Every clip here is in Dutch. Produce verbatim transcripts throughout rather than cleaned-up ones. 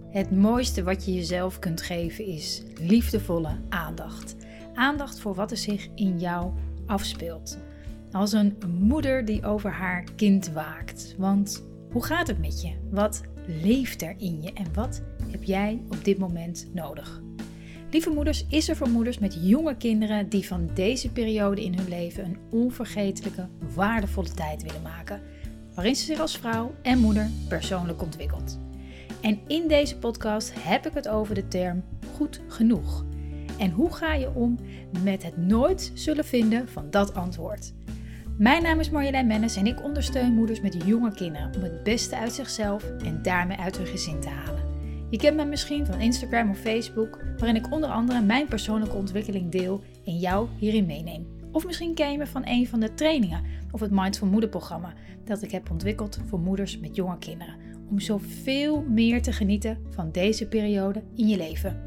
Het mooiste wat je jezelf kunt geven is liefdevolle aandacht. Aandacht voor wat er zich in jou afspeelt. Als een moeder die over haar kind waakt. Want hoe gaat het met je? Wat leeft er in je? En wat heb jij op dit moment nodig? Lieve Moeders is er voor moeders met jonge kinderen die van deze periode in hun leven een onvergetelijke, waardevolle tijd willen maken. Waarin ze zich als vrouw en moeder persoonlijk ontwikkelt. En in deze podcast heb ik het over de term goed genoeg. En hoe ga je om met het nooit zullen vinden van dat antwoord? Mijn naam is Marjolein Mennis en ik ondersteun moeders met jonge kinderen om het beste uit zichzelf en daarmee uit hun gezin te halen. Je kent me misschien van Instagram of Facebook, waarin ik onder andere mijn persoonlijke ontwikkeling deel en jou hierin meeneem. Of misschien ken je me van een van de trainingen of het Mindful Moeder programma dat ik heb ontwikkeld voor moeders met jonge kinderen. Om zoveel meer te genieten van deze periode in je leven.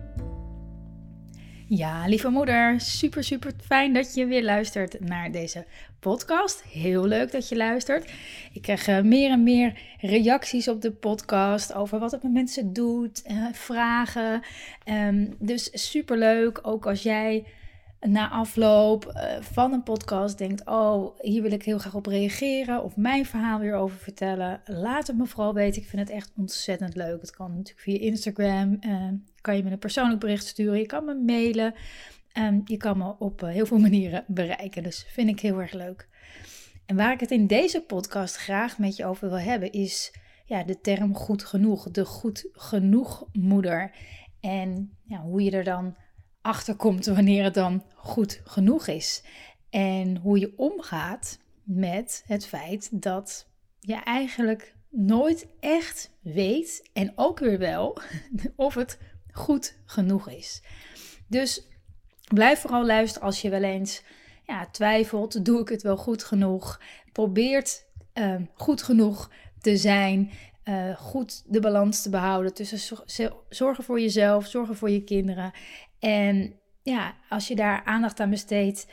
Ja, lieve moeder, super super fijn dat je weer luistert naar deze podcast. Heel leuk dat je luistert. Ik krijg uh, meer en meer reacties op de podcast over wat het met mensen doet, uh, vragen. Um, dus super leuk, ook als jij na afloop uh, van een podcast denkt, oh, hier wil ik heel graag op reageren of mijn verhaal weer over vertellen. Laat het me vooral weten. Ik vind het echt ontzettend leuk. Het kan natuurlijk via Instagram. Uh, kan je me een persoonlijk bericht sturen. Je kan me mailen. Um, je kan me op uh, heel veel manieren bereiken. Dus vind ik heel erg leuk. En waar ik het in deze podcast graag met je over wil hebben is ja, de term goed genoeg. De goed genoeg moeder. En ja, hoe je er dan achter komt wanneer het dan goed genoeg is. En hoe je omgaat met het feit dat je eigenlijk nooit echt weet, en ook weer wel, of het goed genoeg is. Dus blijf vooral luisteren als je wel eens ja, twijfelt, doe ik het wel goed genoeg? Probeert uh, goed genoeg te zijn, uh, goed de balans te behouden tussen zorgen voor jezelf, zorgen voor je kinderen. En ja, als je daar aandacht aan besteedt,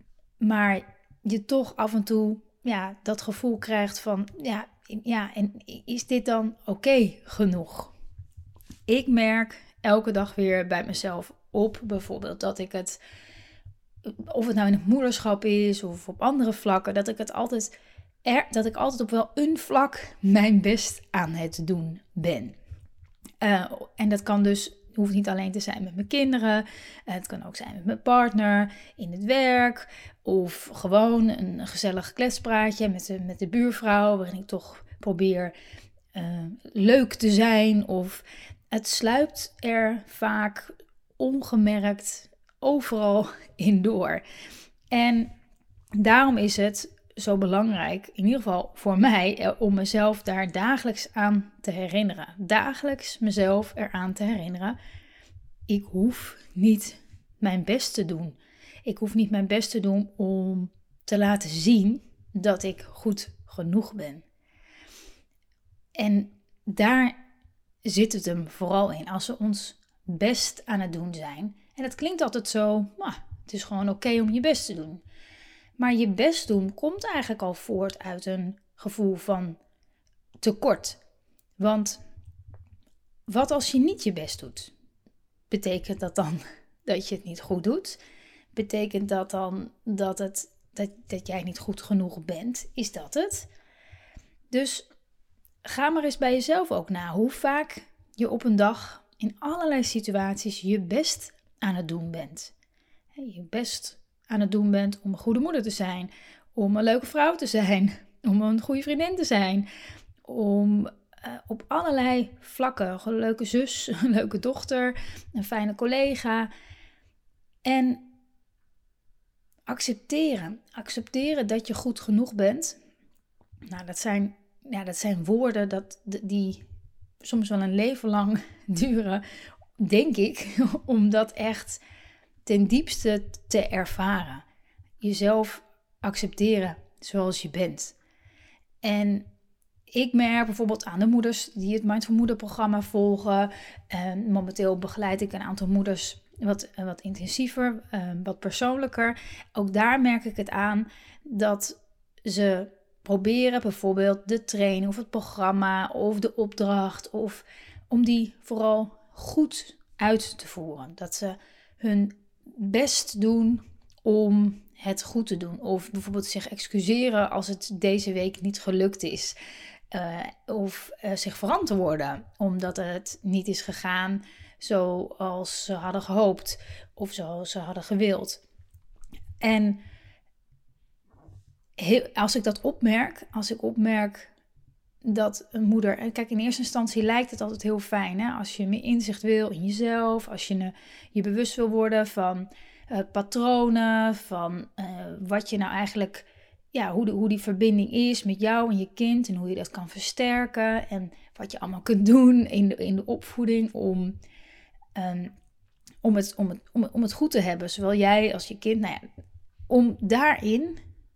maar je toch af en toe ja, dat gevoel krijgt van, ja, ja en is dit dan oké genoeg? Ik merk elke dag weer bij mezelf op, bijvoorbeeld dat ik het, of het nou in het moederschap is of op andere vlakken, dat ik het altijd, er, dat ik altijd op wel een vlak mijn best aan het doen ben. Uh, en dat kan dus hoeft niet alleen te zijn met mijn kinderen. Het kan ook zijn met mijn partner, in het werk. Of gewoon een gezellig kletspraatje met de, met de buurvrouw. Waarin ik toch probeer uh, leuk te zijn. Of het sluipt er vaak ongemerkt overal in door. En daarom is het zo belangrijk, in ieder geval voor mij, om mezelf daar dagelijks aan te herinneren. Dagelijks mezelf eraan te herinneren. Ik hoef niet mijn best te doen. Ik hoef niet mijn best te doen om te laten zien dat ik goed genoeg ben. En daar zit het hem vooral in. Als we ons best aan het doen zijn. En dat klinkt altijd zo, nou, het is gewoon oké om je best te doen. Maar je best doen komt eigenlijk al voort uit een gevoel van tekort. Want wat als je niet je best doet? Betekent dat dan dat je het niet goed doet? Betekent dat dan dat, het, dat, dat jij niet goed genoeg bent? Is dat het? Dus ga maar eens bij jezelf ook na hoe vaak je op een dag in allerlei situaties je best aan het doen bent. Je best aan het doen bent om een goede moeder te zijn, om een leuke vrouw te zijn, om een goede vriendin te zijn, om uh, op allerlei vlakken, een leuke zus, een leuke dochter, een fijne collega. En accepteren, accepteren dat je goed genoeg bent. Nou, dat zijn, ja, dat zijn woorden dat, die soms wel een leven lang duren, denk ik, om dat echt ten diepste te ervaren. Jezelf accepteren zoals je bent. En ik merk bijvoorbeeld aan de moeders die het Mindful Moeder programma volgen. Uh, momenteel begeleid ik een aantal moeders wat, uh, wat intensiever, uh, wat persoonlijker. Ook daar merk ik het aan dat ze proberen bijvoorbeeld de training of het programma of de opdracht of om die vooral goed uit te voeren. Dat ze hun best doen om het goed te doen. Of bijvoorbeeld zich excuseren als het deze week niet gelukt is. Uh, of uh, zich verantwoorden omdat het niet is gegaan zoals ze hadden gehoopt. Of zoals ze hadden gewild. En heel, als ik dat opmerk, als ik opmerk dat een moeder... Kijk, in eerste instantie lijkt het altijd heel fijn. Hè? Als je meer inzicht wil in jezelf. Als je uh, je bewust wil worden van uh, patronen. Van uh, wat je nou eigenlijk... Ja, hoe, de, hoe die verbinding is met jou en je kind. En hoe je dat kan versterken. En wat je allemaal kunt doen in de, in de opvoeding. Om, um, om, het, om, het, om, om het goed te hebben. Zowel jij als je kind. Nou ja, om daarin...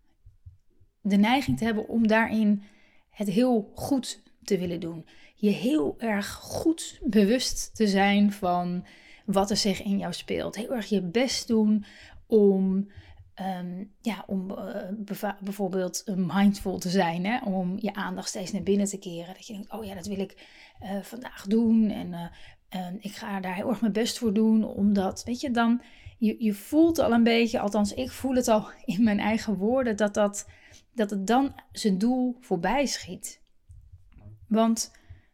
De neiging te hebben om daarin... het heel goed te willen doen. Je heel erg goed bewust te zijn van wat er zich in jou speelt. Heel erg je best doen om, um, ja, om uh, beva- bijvoorbeeld mindful te zijn. Hè? Om je aandacht steeds naar binnen te keren. Dat je denkt, oh ja, dat wil ik uh, vandaag doen. En uh, uh, ik ga daar heel erg mijn best voor doen. Omdat, weet je, dan... Je, je voelt al een beetje, althans ik voel het al in mijn eigen woorden... dat dat... dat het dan zijn doel voorbij schiet. Want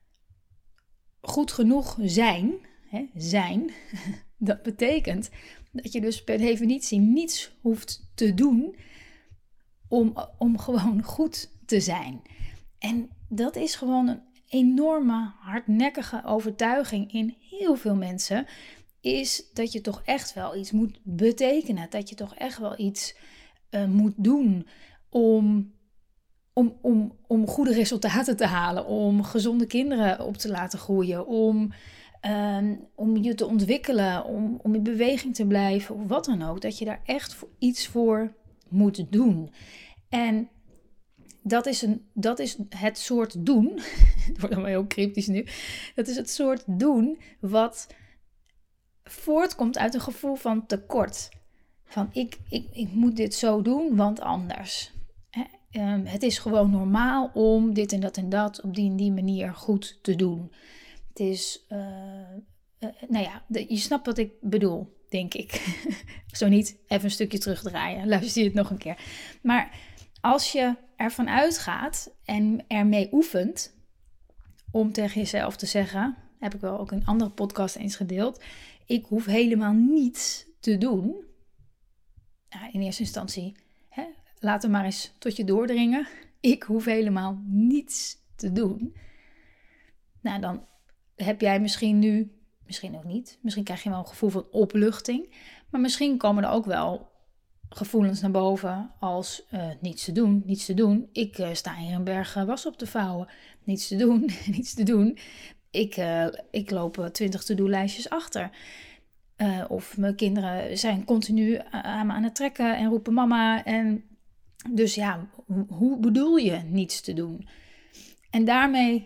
goed genoeg zijn, hè, zijn, dat betekent dat je dus per definitie niets hoeft te doen om, om gewoon goed te zijn. En dat is gewoon een enorme hardnekkige overtuiging in heel veel mensen, is dat je toch echt wel iets moet betekenen. Dat je toch echt wel iets uh, moet doen om, om, om, om goede resultaten te halen, om gezonde kinderen op te laten groeien, om, um, om je te ontwikkelen, om, om in beweging te blijven, of wat dan ook. Dat je daar echt voor, iets voor moet doen. En dat is, een, dat is het soort doen, het wordt allemaal heel cryptisch nu, dat is het soort doen wat voortkomt uit een gevoel van tekort. Van ik, ik, ik moet dit zo doen, want anders. He, um, het is gewoon normaal om dit en dat en dat op die en die manier goed te doen. Het is, uh, uh, nou ja, de, je snapt wat ik bedoel, denk ik. Zo niet, even een stukje terugdraaien, luister je het nog een keer. Maar als je ervan uitgaat en ermee oefent om tegen jezelf te zeggen, heb ik wel ook in een andere podcast eens gedeeld, ik hoef helemaal niets te doen. Nou, in eerste instantie, hè, laat hem maar eens tot je doordringen. Ik hoef helemaal niets te doen. Nou, dan heb jij misschien nu, misschien ook niet, misschien krijg je wel een gevoel van opluchting, maar misschien komen er ook wel gevoelens naar boven als uh, niets te doen, niets te doen. Ik uh, sta hier een berg uh, was op te vouwen. Niets te doen, niets te doen. Ik, uh, ik loop twintig to-do-lijstjes achter. Uh, of mijn kinderen zijn continu aan me aan het trekken en roepen mama. En dus ja, hoe bedoel je niets te doen? En daarmee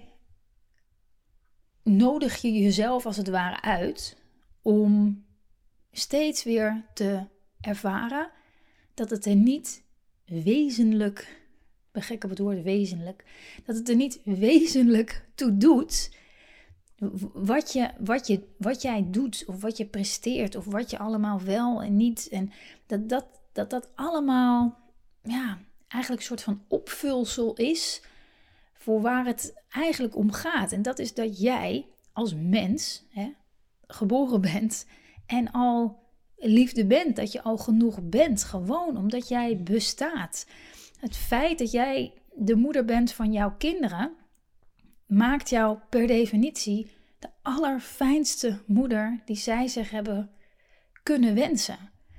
nodig je jezelf als het ware uit om steeds weer te ervaren dat het er niet wezenlijk, ik ben gek op het woord wezenlijk, dat het er niet wezenlijk toe doet wat, je, wat, je, wat jij doet of wat je presteert of wat je allemaal wel en niet. En dat dat, dat, dat allemaal ja, eigenlijk een soort van opvulsel is voor waar het eigenlijk om gaat. En dat is dat jij als mens hè, geboren bent en al liefde bent, dat je al genoeg bent, gewoon omdat jij bestaat. Het feit dat jij de moeder bent van jouw kinderen maakt jou per definitie de allerfijnste moeder die zij zich hebben kunnen wensen.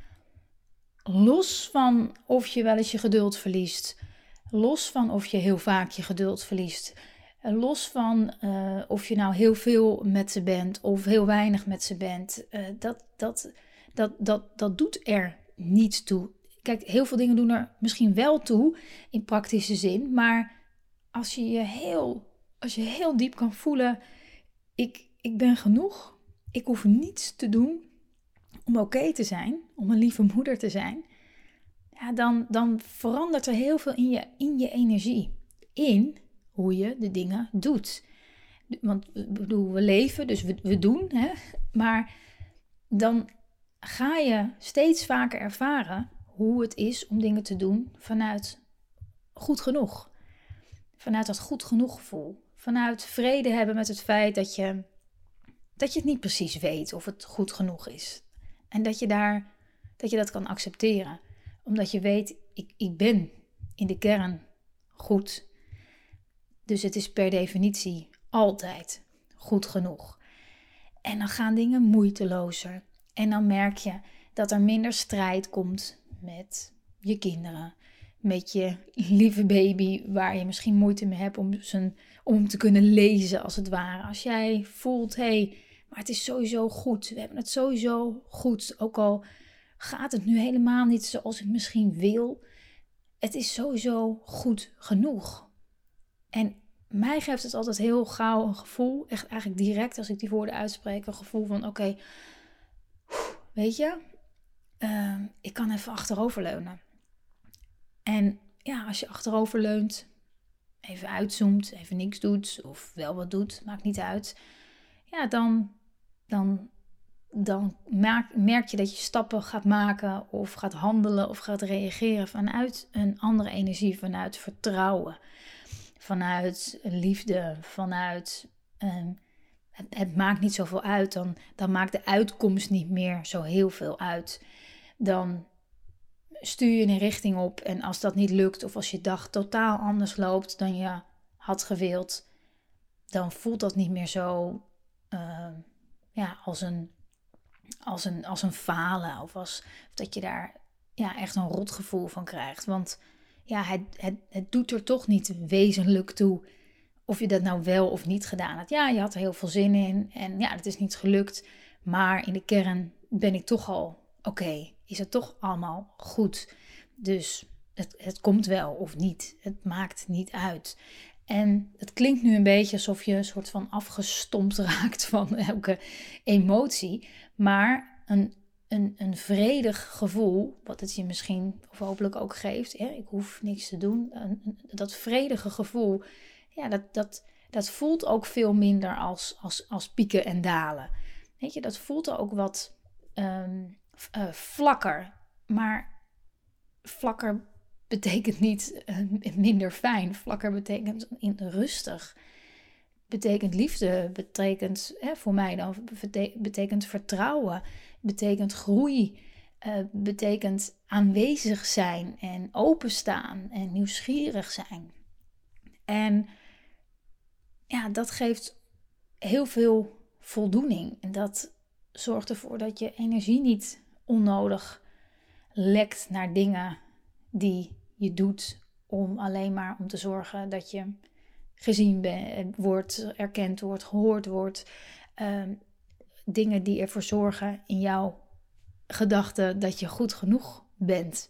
Los van of je wel eens je geduld verliest, los van of je heel vaak je geduld verliest, los van uh, of je nou heel veel met ze bent of heel weinig met ze bent, uh, dat, dat, dat, dat, dat doet er niets toe. Kijk, heel veel dingen doen er misschien wel toe in praktische zin, maar als je je heel, als je heel diep kan voelen, ik, ik ben genoeg, ik hoef niets te doen om oké te zijn, om een lieve moeder te zijn, ja, dan, dan verandert er heel veel in je, in je energie, in hoe je de dingen doet. Want ik bedoel, we leven, dus we, we doen. Hè? Maar dan ga je steeds vaker ervaren hoe het is om dingen te doen vanuit goed genoeg. Vanuit dat goed genoeg gevoel. Vanuit vrede hebben met het feit dat je, dat je het niet precies weet of het goed genoeg is. En dat je, daar, dat, je dat kan accepteren. Omdat je weet, ik, ik ben in de kern goed. Dus het is per definitie altijd goed genoeg. En dan gaan dingen moeitelozer. En dan merk je dat er minder strijd komt met je kinderen. Met je lieve baby, waar je misschien moeite mee hebt om, zijn, om hem te kunnen lezen als het ware. Als jij voelt, hé, hey, maar het is sowieso goed. We hebben het sowieso goed. Ook al gaat het nu helemaal niet zoals ik misschien wil. Het is sowieso goed genoeg. En mij geeft het altijd heel gauw een gevoel, echt eigenlijk direct als ik die woorden uitspreek, een gevoel van oké, okay, weet je, uh, ik kan even achteroverleunen. En ja, als je achteroverleunt, even uitzoomt, even niks doet of wel wat doet, maakt niet uit. Ja, dan, dan, dan merk, merk je dat je stappen gaat maken of gaat handelen of gaat reageren vanuit een andere energie, vanuit vertrouwen. Vanuit liefde, vanuit um, het, het maakt niet zoveel uit. Dan, dan maakt de uitkomst niet meer zo heel veel uit. Dan stuur je een richting op en als dat niet lukt of als je dag totaal anders loopt dan je had gewild, dan voelt dat niet meer zo uh, ja, als, een, als, een, als een falen of, als, of dat je daar ja, echt een rotgevoel van krijgt. Want ja, het, het, het doet er toch niet wezenlijk toe of je dat nou wel of niet gedaan had. Ja, je had er heel veel zin in en ja, het is niet gelukt. Maar in de kern ben ik toch al oké. Okay, is het toch allemaal goed. Dus het, het komt wel of niet. Het maakt niet uit. En het klinkt nu een beetje alsof je een soort van afgestompt raakt van elke emotie. Maar een Een, een vredig gevoel, wat het je misschien of hopelijk ook geeft. Hè? Ik hoef niks te doen. Een, een, dat vredige gevoel, ja, dat, dat, dat voelt ook veel minder als, als, als pieken en dalen. Weet je, dat voelt ook wat um, uh, vlakker. Maar vlakker betekent niet uh, minder fijn. Vlakker betekent in rustig. Betekent liefde, betekent hè, voor mij dan, betekent vertrouwen, betekent groei, uh, betekent aanwezig zijn en openstaan en nieuwsgierig zijn. En ja, dat geeft heel veel voldoening en dat zorgt ervoor dat je energie niet onnodig lekt naar dingen die je doet om alleen maar om te zorgen dat je gezien ben, wordt, erkend wordt, gehoord wordt. Um, dingen die ervoor zorgen in jouw gedachten dat je goed genoeg bent.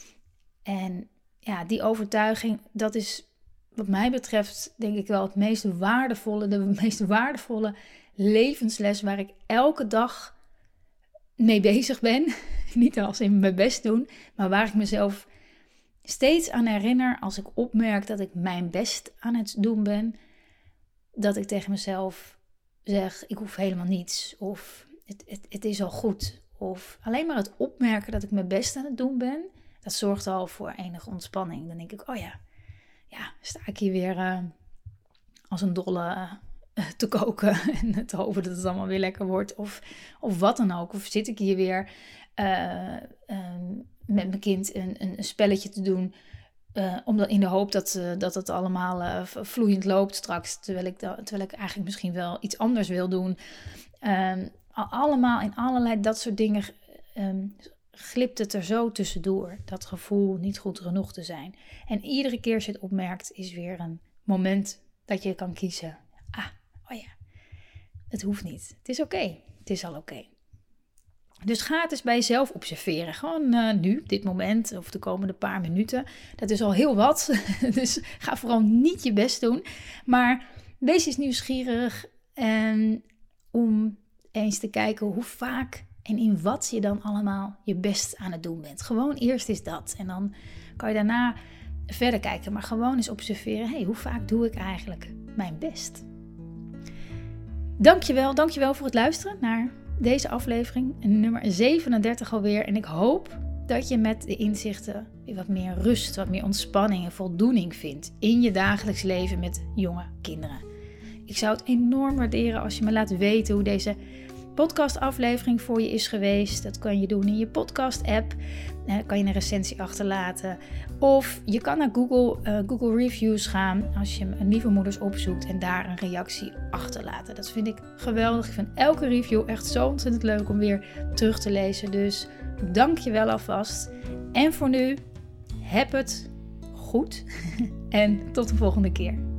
En ja, die overtuiging, dat is wat mij betreft denk ik wel het meest waardevolle, de meest waardevolle levensles waar ik elke dag mee bezig ben. Niet als in mijn best doen, maar waar ik mezelf steeds aan herinner als ik opmerk dat ik mijn best aan het doen ben. Dat ik tegen mezelf zeg, ik hoef helemaal niets. Of het, het, het is al goed. Of alleen maar het opmerken dat ik mijn best aan het doen ben. Dat zorgt al voor enige ontspanning. Dan denk ik, oh ja, ja sta ik hier weer uh, als een dolle uh, te koken. En te hopen dat het allemaal weer lekker wordt. Of, of wat dan ook. Of zit ik hier weer Uh, um, met mijn kind een, een, een spelletje te doen. Uh, omdat in de hoop dat, uh, dat het allemaal uh, vloeiend loopt straks. Terwijl ik, da- terwijl ik eigenlijk misschien wel iets anders wil doen. Um, allemaal in allerlei dat soort dingen um, glipt het er zo tussendoor. Dat gevoel niet goed genoeg te zijn. En iedere keer als je het opmerkt is weer een moment dat je kan kiezen. Ah, oh ja, het hoeft niet. Het is oké. Okay. Het is al oké. Okay. Dus ga het eens bij jezelf observeren. Gewoon uh, nu, op dit moment of de komende paar minuten. Dat is al heel wat. Dus ga vooral niet je best doen. Maar wees eens nieuwsgierig en om eens te kijken hoe vaak en in wat je dan allemaal je best aan het doen bent. Gewoon eerst is dat. En dan kan je daarna verder kijken. Maar gewoon eens observeren. Hey, hoe vaak doe ik eigenlijk mijn best? Dankjewel, dankjewel voor het luisteren naar deze aflevering, nummer zevenendertig alweer. En ik hoop dat je met de inzichten wat meer rust, wat meer ontspanning en voldoening vindt in je dagelijks leven met jonge kinderen. Ik zou het enorm waarderen als je me laat weten hoe deze podcastaflevering voor je is geweest. Dat kan je doen in je podcast-app. Uh, kan je een recensie achterlaten. Of je kan naar Google, uh, Google Reviews gaan als je Lieve Moeders opzoekt en daar een reactie achterlaten. Dat vind ik geweldig. Ik vind elke review echt zo ontzettend leuk om weer terug te lezen. Dus dank je wel alvast. En voor nu, heb het goed en tot de volgende keer.